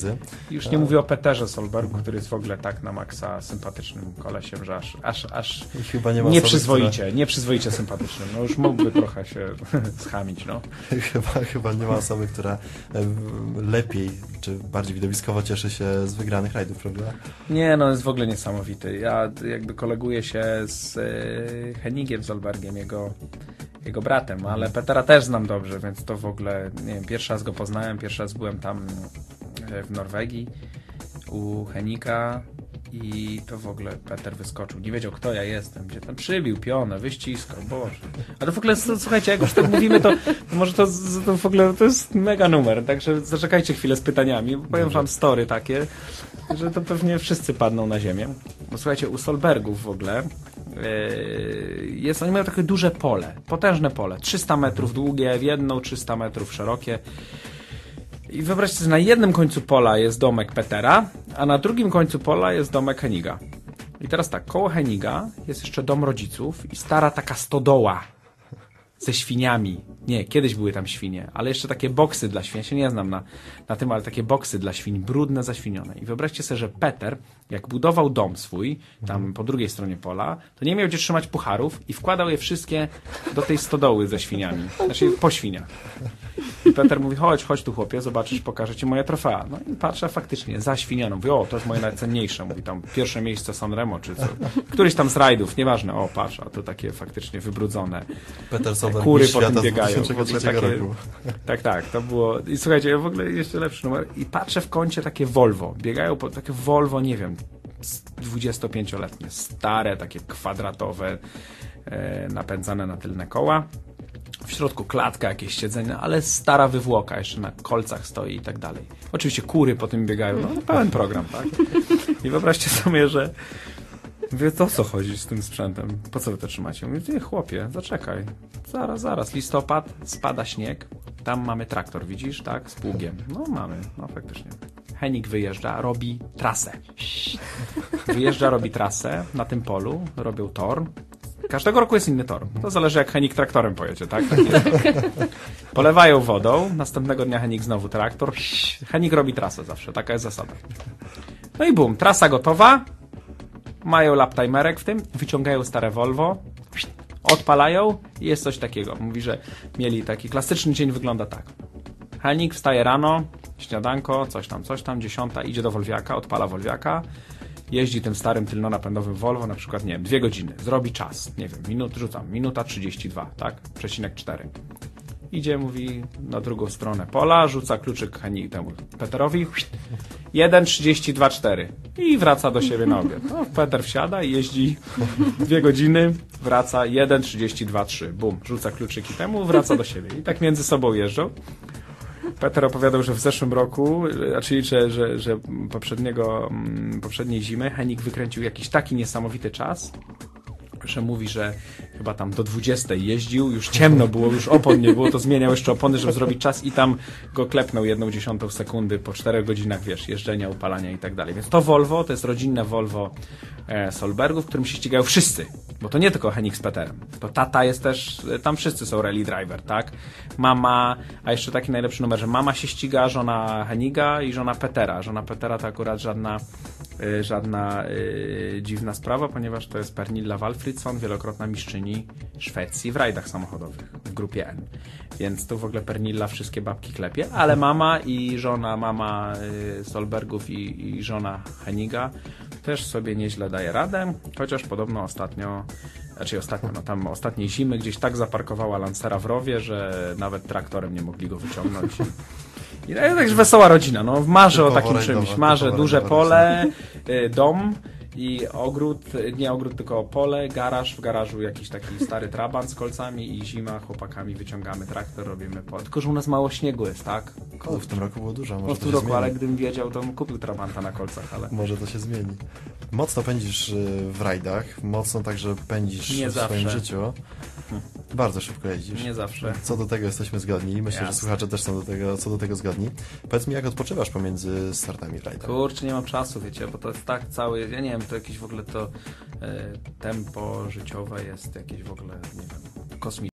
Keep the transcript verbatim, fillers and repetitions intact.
Już nie mówię o Peterze Solbergu, który jest w ogóle tak na maksa sympatycznym kolesiem, że aż, aż, aż chyba nie ma nieprzyzwoicie, osoby, nieprzyzwoicie sympatycznym. No już mógłby trochę się schamić, no. Chyba, chyba nie ma osoby, która lepiej, czy bardziej widowiskowo cieszy się z wygranych rajdów, prawda? Nie, no jest w ogóle niesamowity. Ja jakby koleguję się z Henigiem Solbergiem, jego jego bratem, ale Petera też znam dobrze, więc to w ogóle, nie wiem, pierwszy raz go poznałem, pierwszy raz byłem tam w Norwegii u Henika i to w ogóle Peter wyskoczył, nie wiedział kto ja jestem, gdzie tam przybił pionę, wyściskał, Boże. A to w ogóle, słuchajcie, jak już tak mówimy, to, to może to, to w ogóle to jest mega numer, także zaczekajcie chwilę z pytaniami, bo powiem wam story takie, że to pewnie wszyscy padną na ziemię. Bo słuchajcie, u Solbergów w ogóle jest, oni mają takie duże pole, potężne pole, trzysta metrów długie w jedną, trzysta metrów szerokie. I wyobraźcie sobie, na jednym końcu pola jest domek Petera, a na drugim końcu pola jest domek Heniga. I teraz tak, koło Heniga jest jeszcze dom rodziców i stara taka stodoła ze świniami. Nie, kiedyś były tam świnie, ale jeszcze takie boksy dla świń. Ja się nie znam na, na tym, ale takie boksy dla świń, brudne, zaświnione. I wyobraźcie sobie, że Peter, jak budował dom swój, tam po drugiej stronie pola, to nie miał gdzie trzymać pucharów i wkładał je wszystkie do tej stodoły ze świniami. Znaczy po świniach. I Peter mówi, chodź, chodź tu chłopie, zobaczysz, pokażę ci moje trofea. No i patrzę, faktycznie, zaświnioną. Mówi, o, to jest moje najcenniejsze. Mówi, tam pierwsze miejsce Sanremo, czy co. Któryś tam z rajdów, nieważne. O, patrz, a to takie faktycznie wybrudzone. Peter Solberg, kury po tym biegają. W ogóle takie, roku. Tak, tak, to było. I słuchajcie, w ogóle jeszcze lepszy numer. I patrzę w kącie takie Volvo. Biegają po takie Volvo, nie wiem, dwudziestopięcioletnie, stare, takie kwadratowe, e, napędzane na tylne koła. W środku klatka, jakieś siedzenie, ale stara wywłoka, jeszcze na kolcach stoi i tak dalej. Oczywiście kury po tym biegają, no pełen program, tak? I wyobraźcie sobie, że mówię, to o co chodzi z tym sprzętem? Po co wy to trzymacie? Mówię, ty chłopie, zaczekaj. Zaraz, zaraz. Listopad, spada śnieg. Tam mamy traktor, widzisz, tak? Z pługiem. No mamy, no faktycznie. Henik wyjeżdża, robi trasę. Wyjeżdża, robi trasę na tym polu, robią tor. Każdego roku jest inny tor. To zależy, jak Henik traktorem pojedzie, tak? Tak jest. Polewają wodą, następnego dnia Henik znowu traktor. Henik robi trasę zawsze, taka jest zasada. No i bum, trasa gotowa. Mają laptimerek w tym, wyciągają stare Volvo, odpalają i jest coś takiego. Mówi, że mieli taki klasyczny dzień, wygląda tak. Henik wstaje rano, śniadanko, coś tam, coś tam, dziesiąta, idzie do Volviaka, odpala Volviaka, jeździ tym starym tylnonapędowym Volvo, na przykład, nie wiem, dwie godziny, zrobi czas, nie wiem, minut, rzucam, minuta trzydzieści dwa, tak, przecinek cztery. Idzie, mówi, na drugą stronę pola, rzuca kluczyk Henik temu Peterowi, jeden trzydzieści dwa cztery i wraca do siebie na obiad. No, Peter wsiada i jeździ dwie godziny, wraca jeden trzydzieści dwa trzy, bum, rzuca kluczyki temu, wraca do siebie. I tak między sobą jeżdżą. Peter opowiadał, że w zeszłym roku, a czyli że, że, że poprzedniego, poprzedniej zimy Henik wykręcił jakiś taki niesamowity czas, że mówi, że chyba tam do dwudziestej jeździł, już ciemno było, już opon nie było, to zmieniał jeszcze opony, żeby zrobić czas i tam go klepnął jedną dziesiątą sekundy po czterech godzinach, wiesz, jeżdżenia, upalania i tak dalej. Więc to Volvo, to jest rodzinne Volvo e, Solbergów, w którym się ścigają wszyscy, bo to nie tylko Henik z Peterem. To tata jest też, tam wszyscy są rally driver, tak? Mama, a jeszcze taki najlepszy numer, że mama się ściga, żona Heniga i żona Petera. Żona Petera to akurat żadna y, żadna y, dziwna sprawa, ponieważ to jest Pernilla Walfridsson, wielokrotna mistrzyni Szwecji w rajdach samochodowych w grupie N. Więc tu w ogóle Pernilla wszystkie babki klepie, ale mama i żona, mama y, Solbergów i, i żona Heniga też sobie nieźle daje radę, chociaż podobno ostatnio, znaczy ostatnio, no tam ostatniej zimy gdzieś tak zaparkowała Lancera w rowie, że nawet traktorem nie mogli go wyciągnąć. I także wesoła rodzina, no marzę o takim czymś, marzę duże pole, y, dom i ogród, nie ogród, tylko pole, garaż, w garażu jakiś taki stary trabant z kolcami i zima chłopakami wyciągamy traktor, robimy pole. Tylko, że u nas mało śniegu jest, tak? O, w tym roku było dużo, może no, w tym roku, ale gdybym wiedział, to bym kupił trabanta na kolcach, ale... Może to się zmieni. Mocno pędzisz w rajdach, mocno także pędzisz nie w zawsze. swoim życiu. Bardzo szybko jeździsz. Nie zawsze. Co do tego jesteśmy zgodni. Myślę, Jasne. że słuchacze też są do tego, co do tego zgodni. Powiedz mi, jak odpoczywasz pomiędzy startami w rajdach? Kurczę, nie mam czasu, wiecie, bo to jest tak cały, ja nie wiem, to jakieś w ogóle to e, tempo życiowe jest jakieś w ogóle, nie wiem, kosmiczne.